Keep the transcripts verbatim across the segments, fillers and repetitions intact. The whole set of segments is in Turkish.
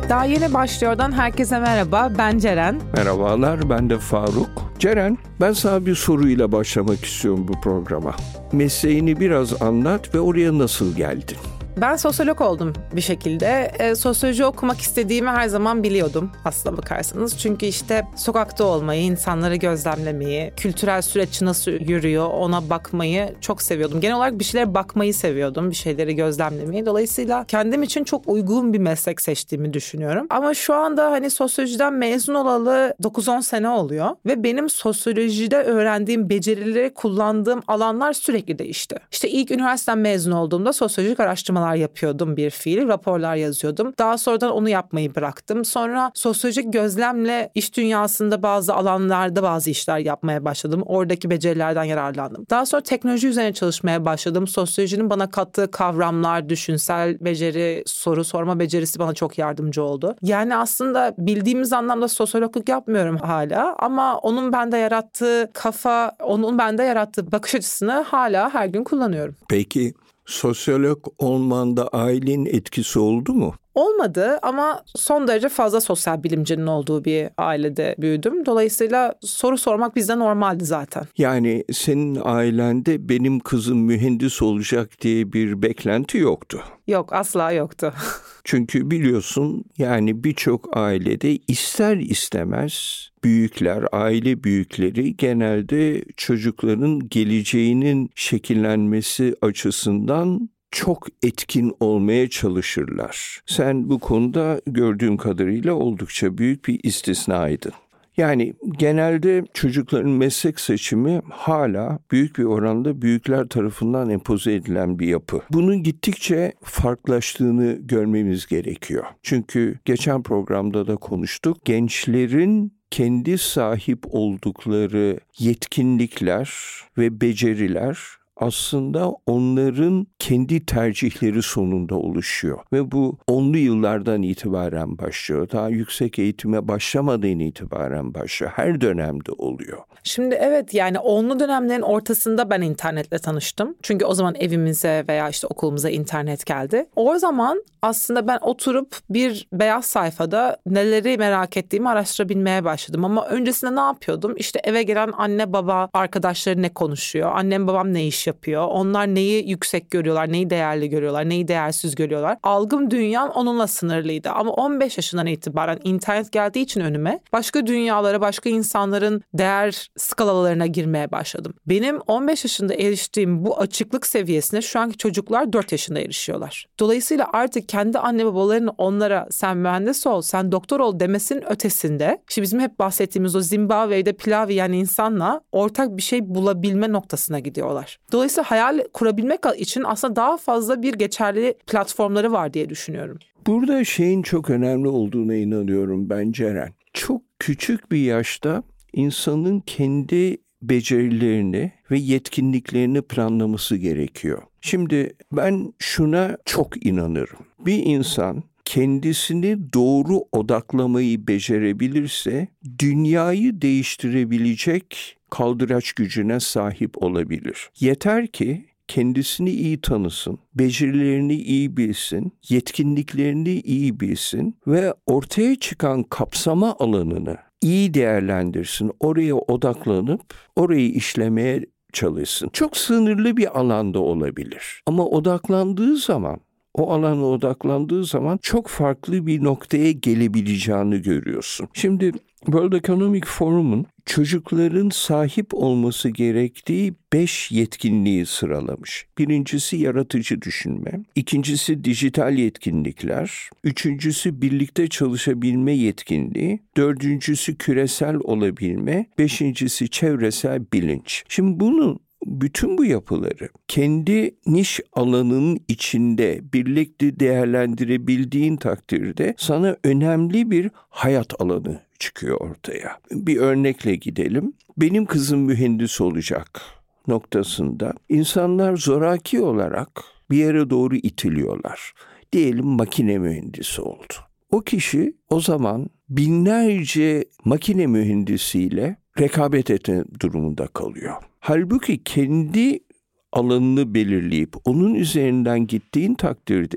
Daha yeni başlıyordan herkese merhaba, ben Ceren. Merhabalar, ben de Faruk. Ceren, ben sana bir soruyla başlamak istiyorum bu programa. Mesleğini biraz anlat ve oraya nasıl geldin? Ben sosyolog oldum bir şekilde. E, sosyoloji okumak istediğimi her zaman biliyordum aslına bakarsanız. Çünkü işte sokakta olmayı, insanları gözlemlemeyi, kültürel süreç nasıl yürüyor ona bakmayı çok seviyordum. Genel olarak bir şeylere bakmayı seviyordum, bir şeyleri gözlemlemeyi. Dolayısıyla kendim için çok uygun bir meslek seçtiğimi düşünüyorum. Ama şu anda hani sosyolojiden mezun olalı dokuz on sene oluyor. Ve benim sosyolojide öğrendiğim becerileri kullandığım alanlar sürekli değişti. İşte ilk üniversiteden mezun olduğumda sosyolojik araştırmalar yapıyordum, bir fiil, raporlar yazıyordum. Daha sonradan onu yapmayı bıraktım. Sonra sosyolojik gözlemle iş dünyasında bazı alanlarda bazı işler yapmaya başladım. Oradaki becerilerden yararlandım. Daha sonra teknoloji üzerine çalışmaya başladım. Sosyolojinin bana kattığı kavramlar, düşünsel beceri, soru sorma becerisi bana çok yardımcı oldu. Yani aslında bildiğimiz anlamda sosyologluk yapmıyorum hala ama onun bende yarattığı kafa, onun bende yarattığı bakış açısını hala her gün kullanıyorum. Peki sosyolog olmanda ailenin etkisi oldu mu? Olmadı ama son derece fazla sosyal bilimcinin olduğu bir ailede büyüdüm. Dolayısıyla soru sormak bizde normaldi zaten. Yani senin ailende benim kızım mühendis olacak diye bir beklenti yoktu. Yok, asla yoktu. Çünkü biliyorsun yani birçok ailede ister istemez büyükler, aile büyükleri genelde çocukların geleceğinin şekillenmesi açısından çok etkin olmaya çalışırlar. Sen bu konuda gördüğüm kadarıyla oldukça büyük bir istisnaydın. Yani genelde çocukların meslek seçimi hala büyük bir oranda büyükler tarafından empoze edilen bir yapı. Bunun gittikçe farklılaştığını görmemiz gerekiyor. Çünkü geçen programda da konuştuk. Gençlerin kendi sahip oldukları yetkinlikler ve beceriler aslında onların kendi tercihleri sonunda oluşuyor. Ve bu onlu yıllardan itibaren başlıyor. Daha yüksek eğitime başlamadan itibaren başlıyor. Her dönemde oluyor. Şimdi evet, yani onlu dönemlerin ortasında ben internetle tanıştım. Çünkü o zaman evimize veya işte okulumuza internet geldi. O zaman aslında ben oturup bir beyaz sayfada neleri merak ettiğimi araştırabilmeye başladım. Ama öncesinde ne yapıyordum? İşte eve gelen anne baba arkadaşları ne konuşuyor? Annem babam ne iş yapıyor? Onlar neyi yüksek görüyorlar? Neyi değerli görüyorlar? Neyi değersiz görüyorlar? Algım dünyam onunla sınırlıydı. Ama on beş yaşından itibaren internet geldiği için önüme başka dünyalara, başka insanların değer skalalarına girmeye başladım. Benim on beş yaşında eriştiğim bu açıklık seviyesine şu anki çocuklar dört yaşında erişiyorlar. Dolayısıyla artık kendi anne babalarının onlara sen mühendis ol, sen doktor ol demesinin ötesinde, işte bizim hep bahsettiğimiz o Zimbabwe'de pilav yiyen insanla ortak bir şey bulabilme noktasına gidiyorlar. Dolayısıyla hayal kurabilmek için aslında daha fazla bir geçerli platformları var diye düşünüyorum. Burada şeyin çok önemli olduğuna inanıyorum ben Ceren. Çok küçük bir yaşta insanın kendi becerilerini ve yetkinliklerini planlaması gerekiyor. Şimdi ben şuna çok inanırım. Bir insan kendisini doğru odaklamayı becerebilirse dünyayı değiştirebilecek kaldıraç gücüne sahip olabilir. Yeter ki kendisini iyi tanısın, becerilerini iyi bilsin, yetkinliklerini iyi bilsin ve ortaya çıkan kapsama alanını iyi değerlendirsin, oraya odaklanıp orayı işlemeye çalışsın. Çok sınırlı bir alanda olabilir ama odaklandığı zaman, o alana odaklandığı zaman çok farklı bir noktaya gelebileceğini görüyorsun. Şimdi World Economic Forum'un çocukların sahip olması gerektiği beş yetkinliği sıralamış. Birincisi yaratıcı düşünme, ikincisi dijital yetkinlikler, üçüncüsü birlikte çalışabilme yetkinliği, dördüncüsü küresel olabilme, beşincisi çevresel bilinç. Şimdi bunu bütün bu yapıları kendi niş alanının içinde birlikte değerlendirebildiğin takdirde sana önemli bir hayat alanı çıkıyor ortaya. Bir örnekle gidelim. Benim kızım mühendis olacak noktasında insanlar zoraki olarak bir yere doğru itiliyorlar. Diyelim makine mühendisi oldu. O kişi o zaman binlerce makine mühendisiyle rekabet etme durumunda kalıyor. Halbuki kendi alanını belirleyip onun üzerinden gittiğin takdirde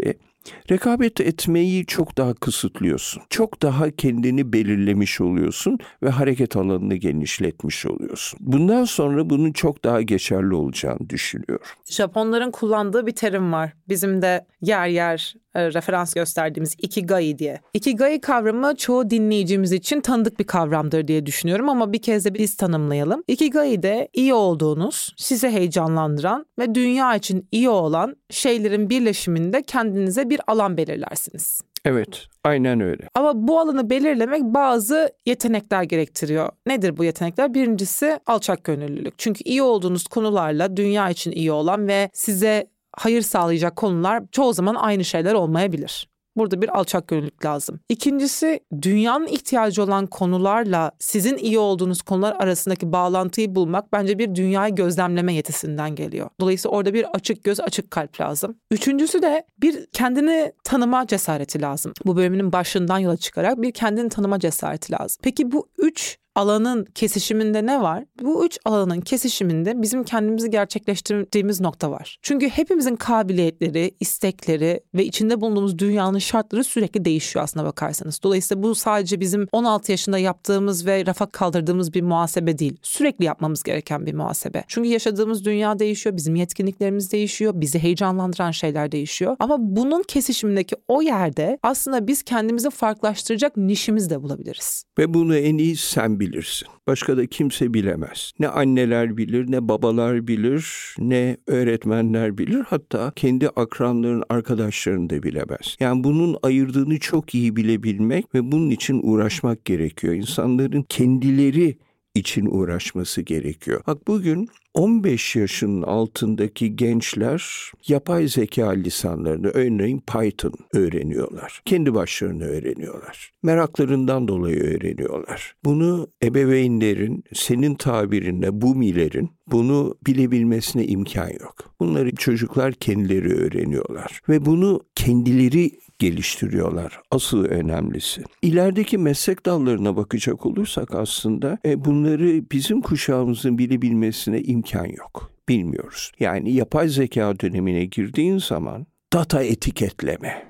Rekabet etmeyi çok daha kısıtlıyorsun. Çok daha kendini belirlemiş oluyorsun ve hareket alanını genişletmiş oluyorsun. Bundan sonra bunun çok daha geçerli olacağını düşünüyorum. Japonların kullandığı bir terim var. Bizim de yer yer e, referans gösterdiğimiz ikigai diye. Ikigai kavramı çoğu dinleyicimiz için tanıdık bir kavramdır diye düşünüyorum ama bir kez de biz tanımlayalım. Ikigai de iyi olduğunuz, sizi heyecanlandıran ve dünya için iyi olan şeylerin birleşiminde kendinize bir alan belirlersiniz. Evet, aynen öyle. Ama bu alanı belirlemek bazı yetenekler gerektiriyor. Nedir bu yetenekler? Birincisi alçak gönüllülük. Çünkü iyi olduğunuz konularla dünya için iyi olan ve size hayır sağlayacak konular çoğu zaman aynı şeyler olmayabilir. Burada bir alçak gönüllülük lazım. İkincisi, dünyanın ihtiyacı olan konularla sizin iyi olduğunuz konular arasındaki bağlantıyı bulmak bence bir dünyayı gözlemleme yetisinden geliyor. Dolayısıyla orada bir açık göz, açık kalp lazım. Üçüncüsü de bir kendini tanıma cesareti lazım. Bu bölümün başından yola çıkarak bir kendini tanıma cesareti lazım. Peki bu üç alanın kesişiminde ne var? Bu üç alanın kesişiminde bizim kendimizi gerçekleştirdiğimiz nokta var. Çünkü hepimizin kabiliyetleri, istekleri ve içinde bulunduğumuz dünyanın şartları sürekli değişiyor aslına bakarsanız. Dolayısıyla bu sadece bizim on altı yaşında yaptığımız ve rafa kaldırdığımız bir muhasebe değil. Sürekli yapmamız gereken bir muhasebe. Çünkü yaşadığımız dünya değişiyor, bizim yetkinliklerimiz değişiyor, bizi heyecanlandıran şeyler değişiyor. Ama bunun kesişimindeki o yerde aslında biz kendimizi farklılaştıracak nişimizi de bulabiliriz. Ve bunu en iyi sen bilirsin. Başka da kimse bilemez. Ne anneler bilir, ne babalar bilir, ne öğretmenler bilir. Hatta kendi akranların, arkadaşların da bilemez. Yani bunun ayırdığını çok iyi bilebilmek ve bunun için uğraşmak gerekiyor. İnsanların kendileri için uğraşması gerekiyor. Bak bugün on beş yaşının altındaki gençler yapay zeka lisanlarını, örneğin Python öğreniyorlar. Kendi başlarına öğreniyorlar. Meraklarından dolayı öğreniyorlar. Bunu ebeveynlerin, senin tabirinle bumilerin bunu bilebilmesine imkan yok. Bunları çocuklar kendileri öğreniyorlar ve bunu kendileri geliştiriyorlar. Asıl önemlisi. İlerideki meslek dallarına bakacak olursak aslında e, bunları bizim kuşağımızın bilebilmesine imkan yok. Bilmiyoruz. Yani yapay zeka dönemine girdiğin zaman data etiketleme,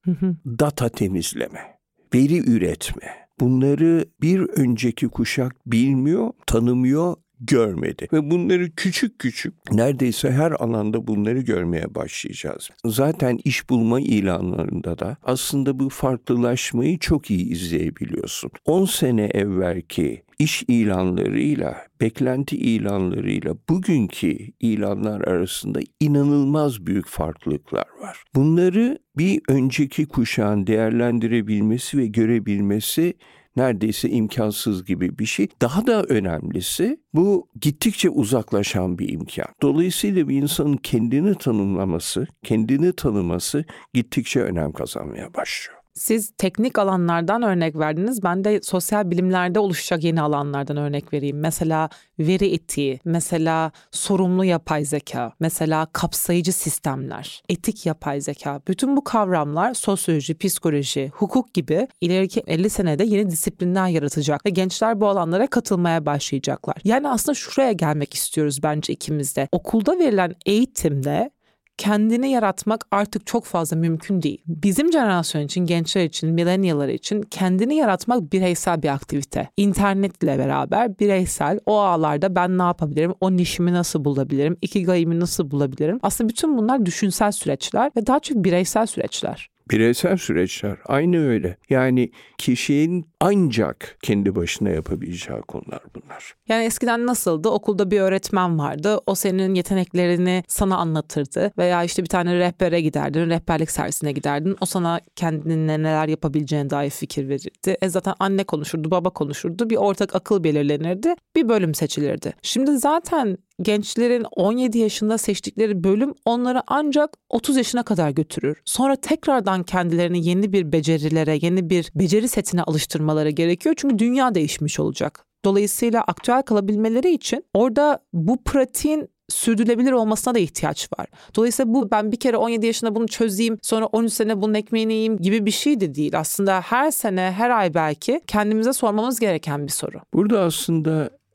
data temizleme, veri üretme. Bunları bir önceki kuşak bilmiyor, tanımıyor, görmedi. Ve bunları küçük küçük neredeyse her alanda bunları görmeye başlayacağız. Zaten iş bulma ilanlarında da aslında bu farklılaşmayı çok iyi izleyebiliyorsun. on sene evvelki iş ilanlarıyla, beklenti ilanlarıyla bugünkü ilanlar arasında inanılmaz büyük farklılıklar var. Bunları bir önceki kuşağın değerlendirebilmesi ve görebilmesi neredeyse imkansız gibi bir şey. Daha da önemlisi bu gittikçe uzaklaşan bir imkan. Dolayısıyla bir insanın kendini tanımlaması, kendini tanıması gittikçe önem kazanmaya başlıyor. Siz teknik alanlardan örnek verdiniz. Ben de sosyal bilimlerde oluşacak yeni alanlardan örnek vereyim. Mesela veri etiği, mesela sorumlu yapay zeka, mesela kapsayıcı sistemler, etik yapay zeka. Bütün bu kavramlar sosyoloji, psikoloji, hukuk gibi ileriki elli senede yeni disiplinler yaratacak ve gençler bu alanlara katılmaya başlayacaklar. Yani aslında şuraya gelmek istiyoruz bence ikimiz de. Okulda verilen eğitimde kendini yaratmak artık çok fazla mümkün değil. Bizim jenerasyon için, gençler için, millennial'lar için kendini yaratmak bireysel bir aktivite. İnternetle beraber bireysel o ağlarda ben ne yapabilirim, o nişimi nasıl bulabilirim, ikigai'mi nasıl bulabilirim? Aslında bütün bunlar düşünsel süreçler ve daha çok bireysel süreçler. Bireysel süreçler aynı öyle. Yani kişinin ancak kendi başına yapabileceği konular bunlar. Yani eskiden nasıldı? Okulda bir öğretmen vardı. O senin yeteneklerini sana anlatırdı. Veya işte bir tane rehbere giderdin. Rehberlik servisine giderdin. O sana kendine neler yapabileceğine dair fikir verirdi. E zaten anne konuşurdu, baba konuşurdu. Bir ortak akıl belirlenirdi. Bir bölüm seçilirdi. Şimdi zaten gençlerin on yedi yaşında seçtikleri bölüm onları ancak otuz yaşına kadar götürür. Sonra tekrardan kendilerini yeni bir becerilere, yeni bir beceri setine alıştırmaları gerekiyor. Çünkü dünya değişmiş olacak. Dolayısıyla aktüel kalabilmeleri için orada bu pratiğin sürdürülebilir olmasına da ihtiyaç var. Dolayısıyla bu ben bir kere on yedi yaşında bunu çözeyim, sonra on üç sene bunun ekmeğini yiyeyim gibi bir şey de değil. Aslında her sene, her ay belki kendimize sormamız gereken bir soru. Burada aslında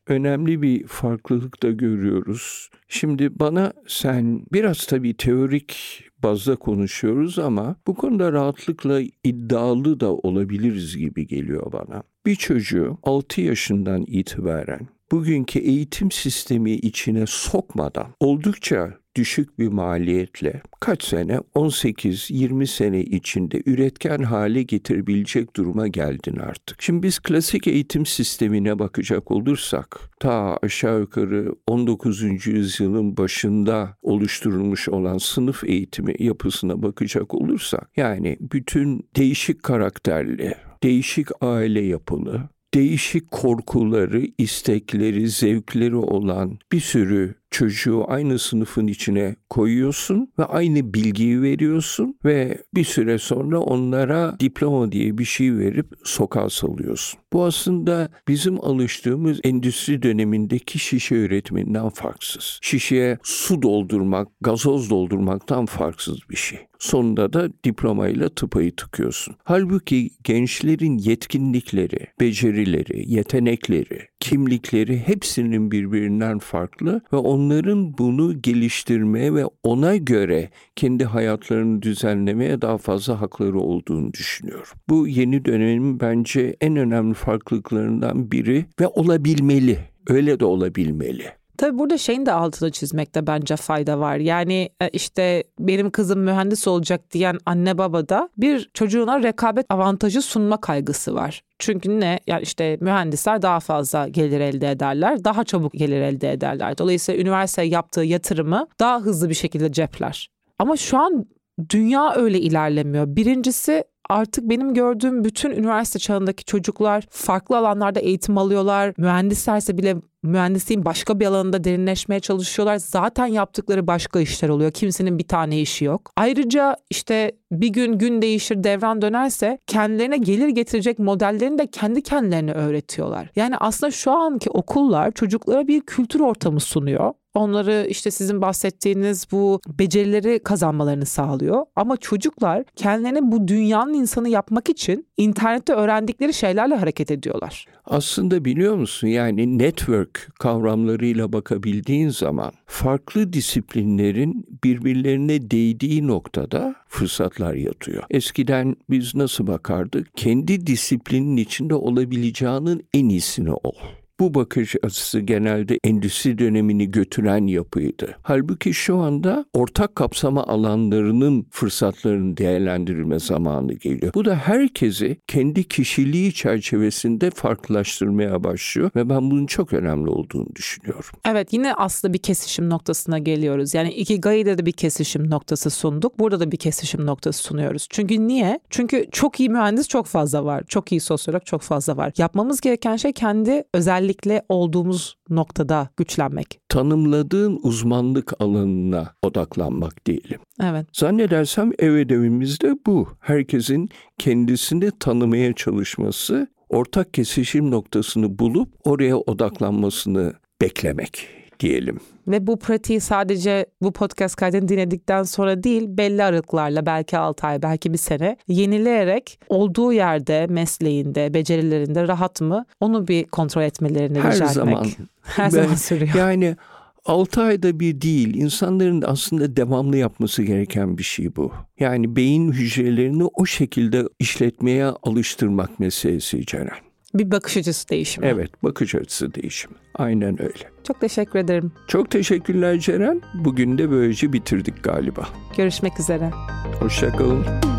önemli bir farklılık da görüyoruz. Şimdi bana sen biraz tabii teorik bazda konuşuyoruz ama bu konuda rahatlıkla iddialı da olabiliriz gibi geliyor bana. Bir çocuğu altı yaşından itibaren bugünkü eğitim sistemi içine sokmadan oldukça düşük bir maliyetle kaç sene, on sekiz yirmi sene içinde üretken hale getirebilecek duruma geldin artık. Şimdi biz klasik eğitim sistemine bakacak olursak, ta aşağı yukarı on dokuzuncu yüzyılın başında oluşturulmuş olan sınıf eğitimi yapısına bakacak olursak, yani bütün değişik karakterli, değişik aile yapılı, değişik korkuları, istekleri, zevkleri olan bir sürü çocuğu aynı sınıfın içine koyuyorsun ve aynı bilgiyi veriyorsun ve bir süre sonra onlara diploma diye bir şey verip sokağa salıyorsun. Bu aslında bizim alıştığımız endüstri dönemindeki şişe üretiminden farksız. Şişeye su doldurmak, gazoz doldurmaktan farksız bir şey. Sonunda da diplomayla tıpayı tıkıyorsun. Halbuki gençlerin yetkinlikleri, becerileri, yetenekleri, kimlikleri hepsinin birbirinden farklı ve onların bunu geliştirmeye ve ona göre kendi hayatlarını düzenlemeye daha fazla hakları olduğunu düşünüyorum. Bu yeni dönemin bence en önemli farklılıklarından biri ve olabilmeli. Öyle de olabilmeli. Tabii burada şeyin de altını çizmekte bence fayda var. Yani işte benim kızım mühendis olacak diyen anne babada bir çocuğuna rekabet avantajı sunma kaygısı var. Çünkü ne? Yani işte mühendisler daha fazla gelir elde ederler, daha çabuk gelir elde ederler. Dolayısıyla üniversiteye yaptığı yatırımı daha hızlı bir şekilde cepler. Ama şu an dünya öyle ilerlemiyor. Birincisi, artık benim gördüğüm bütün üniversite çağındaki çocuklar farklı alanlarda eğitim alıyorlar. Mühendislerse bile mühendisliğin başka bir alanında derinleşmeye çalışıyorlar. Zaten yaptıkları başka işler oluyor. Kimsenin bir tane işi yok. Ayrıca işte bir gün gün değişir, devran dönerse kendilerine gelir getirecek modellerini de kendi kendilerine öğretiyorlar. Yani aslında şu anki okullar çocuklara bir kültür ortamı sunuyor. Onları işte sizin bahsettiğiniz bu becerileri kazanmalarını sağlıyor. Ama çocuklar kendilerini bu dünyanın insanı yapmak için internette öğrendikleri şeylerle hareket ediyorlar. Aslında biliyor musun, yani network kavramlarıyla bakabildiğin zaman farklı disiplinlerin birbirlerine değdiği noktada fırsatlar yatıyor. Eskiden biz nasıl bakardık? Kendi disiplinin içinde olabileceğinin en iyisini ol. Bu bakış açısı genelde endüstri dönemini götüren yapıydı. Halbuki şu anda ortak kapsama alanlarının fırsatlarını değerlendirilme zamanı geliyor. Bu da herkesi kendi kişiliği çerçevesinde farklılaştırmaya başlıyor ve ben bunun çok önemli olduğunu düşünüyorum. Evet, yine aslında bir kesişim noktasına geliyoruz. Yani Ikigai'de de bir kesişim noktası sunduk. Burada da bir kesişim noktası sunuyoruz. Çünkü niye? Çünkü çok iyi mühendis çok fazla var. Çok iyi sosyolog çok fazla var. Yapmamız gereken şey kendi özellikle olduğumuz noktada güçlenmek. Tanımladığın uzmanlık alanına odaklanmak diyelim. Evet. Zannedersem ev ödevimiz de bu. Herkesin kendisini tanımaya çalışması, ortak kesişim noktasını bulup oraya odaklanmasını beklemek diyelim. Ve bu pratiği sadece bu podcast kaydını dinledikten sonra değil, belli aralıklarla, belki altı ay, belki bir sene yenileyerek olduğu yerde, mesleğinde, becerilerinde rahat mı, onu bir kontrol etmelerini Her rica zaman, etmek. Her ben, zaman sürüyor. Yani altı ayda bir değil, insanların aslında devamlı yapması gereken bir şey bu. Yani beyin hücrelerini o şekilde işletmeye alıştırmak meselesi Ceren. Bir bakış açısı değişimi. Evet, bakış açısı değişimi. Aynen öyle. Çok teşekkür ederim. Çok teşekkürler Ceren. Bugün de böylece bitirdik galiba. Görüşmek üzere. Hoşça kalın.